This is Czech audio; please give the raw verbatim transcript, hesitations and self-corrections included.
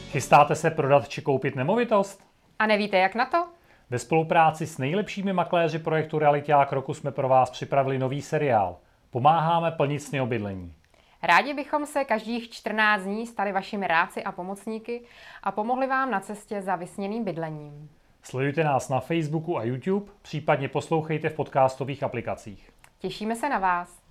Chystáte se prodat či koupit nemovitost? A nevíte, jak na to? Ve spolupráci s nejlepšími makléři projektu Realiťák roku jsme pro vás připravili nový seriál. Pomáháme plnit sny o bydlení. Rádi bychom se každých čtrnáct dní stali vašimi rádci a pomocníky a pomohli vám na cestě za vysněným bydlením. Sledujte nás na Facebooku a YouTube, případně poslouchejte v podcastových aplikacích. Těšíme se na vás.